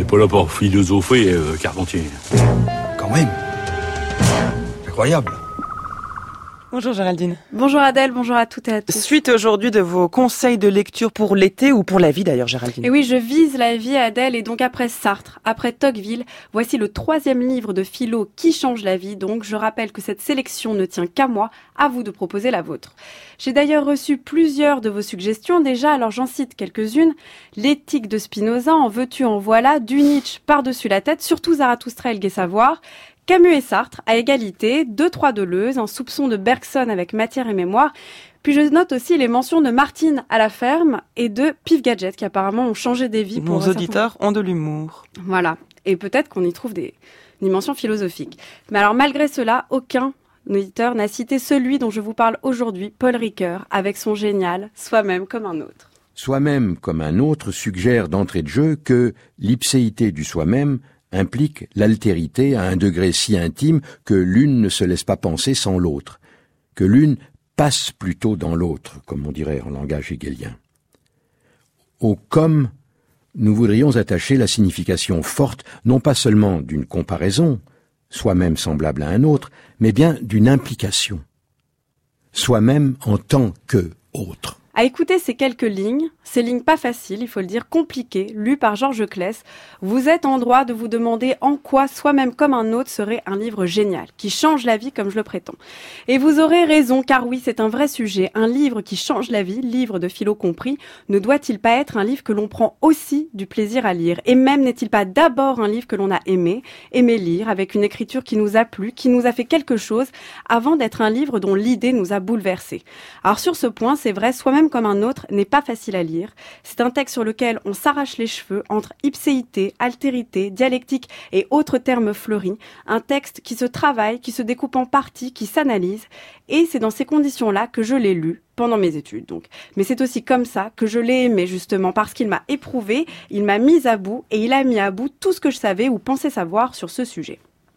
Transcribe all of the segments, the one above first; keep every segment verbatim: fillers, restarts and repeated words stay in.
n'est pas là pour philosopher, euh, Carpentier. Quand même. Incroyable. Bonjour Géraldine. Bonjour Adèle, bonjour à toutes et à tous. Suite aujourd'hui de vos conseils de lecture pour l'été ou pour la vie d'ailleurs Géraldine. Et oui, je vise la vie Adèle et donc après Sartre, après Tocqueville, voici le troisième livre de philo qui change la vie. Donc je rappelle que cette sélection ne tient qu'à moi, à vous de proposer la vôtre. J'ai d'ailleurs reçu plusieurs de vos suggestions déjà, alors j'en cite quelques-unes. L'éthique de Spinoza, en veux-tu en voilà, du Nietzsche par-dessus la tête, surtout Zarathustra et le gai savoir. Camus et Sartre, à égalité, deux trois Deleuze, un soupçon de Bergson avec Matière et Mémoire. Puis je note aussi les mentions de Martine à la ferme et de Pif Gadget, qui apparemment ont changé des vies. Nos auditeurs ont de l'humour. Voilà, et peut-être qu'on y trouve des dimensions philosophiques. Mais alors malgré cela, aucun auditeur n'a cité celui dont je vous parle aujourd'hui, Paul Ricoeur, avec son génial « Soi-même comme un autre ». Soi-même comme un autre suggère d'entrée de jeu que l'ipséité du soi-même implique l'altérité à un degré si intime que l'une ne se laisse pas penser sans l'autre, que l'une passe plutôt dans l'autre, comme on dirait en langage hegelien. Au « comme », nous voudrions attacher la signification forte non pas seulement d'une comparaison, soi-même semblable à un autre, mais bien d'une implication, soi-même en tant que autre. À écouter ces quelques lignes, ces lignes pas faciles, il faut le dire, compliquées, lues par Georges Claes, vous êtes en droit de vous demander en quoi Soi-même comme un autre serait un livre génial, qui change la vie comme je le prétends. Et vous aurez raison, car oui, c'est un vrai sujet. Un livre qui change la vie, livre de philo compris, ne doit-il pas être un livre que l'on prend aussi du plaisir à lire? Et même n'est-il pas d'abord un livre que l'on a aimé, aimé lire, avec une écriture qui nous a plu, qui nous a fait quelque chose, avant d'être un livre dont l'idée nous a bouleversés? Alors sur ce point, c'est vrai, Soi-même comme un autre n'est pas facile à lire. C'est un texte sur lequel on s'arrache les cheveux entre ipséité, altérité, dialectique et autres termes fleuris. Un texte qui se travaille, qui se découpe en parties, qui s'analyse. Et c'est dans ces conditions-là que je l'ai lu, pendant mes études donc. Mais c'est aussi comme ça que je l'ai aimé justement, parce qu'il m'a éprouvé, il m'a mise à bout et il a mis à bout tout ce que je savais ou pensais savoir sur ce sujet.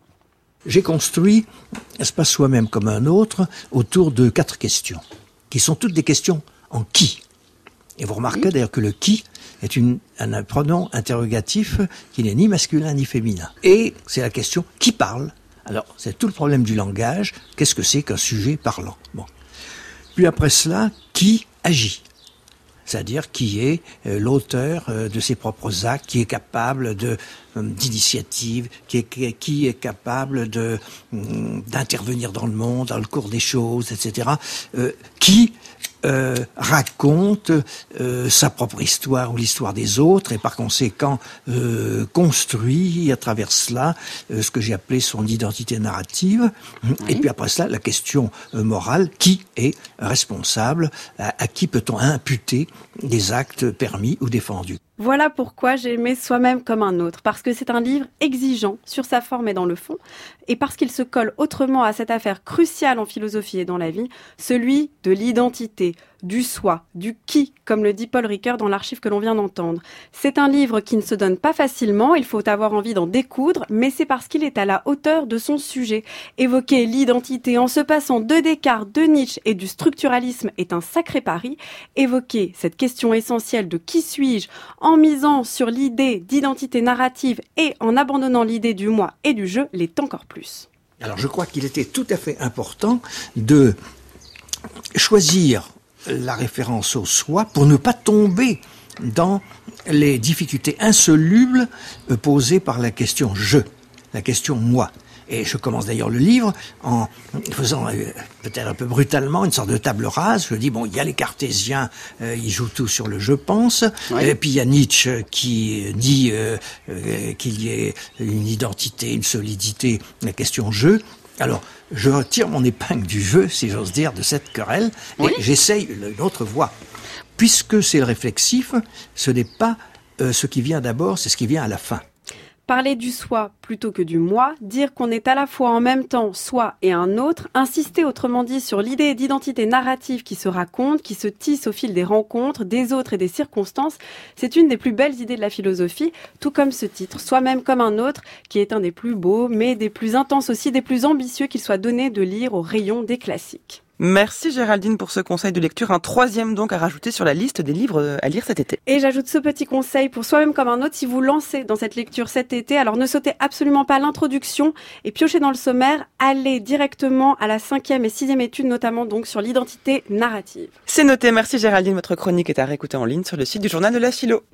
J'ai construit Espace Soi-même comme un autre autour de quatre questions, qui sont toutes des questions en qui. Et vous remarquez d'ailleurs que le qui est une, un pronom interrogatif qui n'est ni masculin ni féminin. Et c'est la question qui parle. Alors, c'est tout le problème du langage. Qu'est-ce que c'est qu'un sujet parlant? Bon. Puis après cela, qui agit? C'est-à-dire qui est euh, l'auteur euh, de ses propres actes, qui est capable de euh, d'initiative, qui est qui est capable de euh, d'intervenir dans le monde, dans le cours des choses, et cetera. Euh, qui Euh, raconte euh, sa propre histoire ou l'histoire des autres et par conséquent euh, construit à travers cela euh, ce que j'ai appelé son identité narrative. Oui. Et puis après cela, la question euh, morale, qui est responsable, à, à qui peut-on imputer des actes permis ou défendus? Voilà pourquoi j'ai aimé Soi-même comme un autre, parce que c'est un livre exigeant sur sa forme et dans le fond, et parce qu'il se colle autrement à cette affaire cruciale en philosophie et dans la vie, celui de l'identité, du soi, du qui, comme le dit Paul Ricoeur dans l'archive que l'on vient d'entendre. C'est un livre qui ne se donne pas facilement, il faut avoir envie d'en découdre, mais c'est parce qu'il est à la hauteur de son sujet. Évoquer l'identité en se passant de Descartes, de Nietzsche et du structuralisme est un sacré pari. Évoquer cette question essentielle de qui suis-je en misant sur l'idée d'identité narrative et en abandonnant l'idée du moi et du je l'est encore plus. Alors je crois qu'il était tout à fait important de choisir la référence au soi pour ne pas tomber dans les difficultés insolubles posées par la question je, la question moi. Et je commence d'ailleurs le livre en faisant euh, peut-être un peu brutalement une sorte de table rase. Je dis bon, il y a les cartésiens, euh, ils jouent tout sur le je pense. Oui. Et puis il y a Nietzsche qui dit euh, euh, qu'il y ait une identité, une solidité, la question je. Alors, je retire mon épingle du jeu, si j'ose dire, de cette querelle, oui. Et j'essaye une autre voie. Puisque c'est le réflexif, ce n'est pas euh, ce qui vient d'abord, c'est ce qui vient à la fin. Parler du soi plutôt que du moi, dire qu'on est à la fois en même temps soi et un autre, insister autrement dit sur l'idée d'identité narrative qui se raconte, qui se tisse au fil des rencontres, des autres et des circonstances, c'est une des plus belles idées de la philosophie, tout comme ce titre, Soi-même comme un autre, qui est un des plus beaux, mais des plus intenses aussi, des plus ambitieux qu'il soit donné de lire au rayon des classiques. Merci Géraldine pour ce conseil de lecture. Un troisième donc à rajouter sur la liste des livres à lire cet été. Et j'ajoute ce petit conseil pour soi-même comme un autre, si vous lancez dans cette lecture cet été, alors ne sautez absolument pas l'introduction et piochez dans le sommaire, allez directement à la cinquième et sixième étude, notamment donc sur l'identité narrative. C'est noté, merci Géraldine. Votre chronique est à réécouter en ligne sur le site du Journal de la Philo.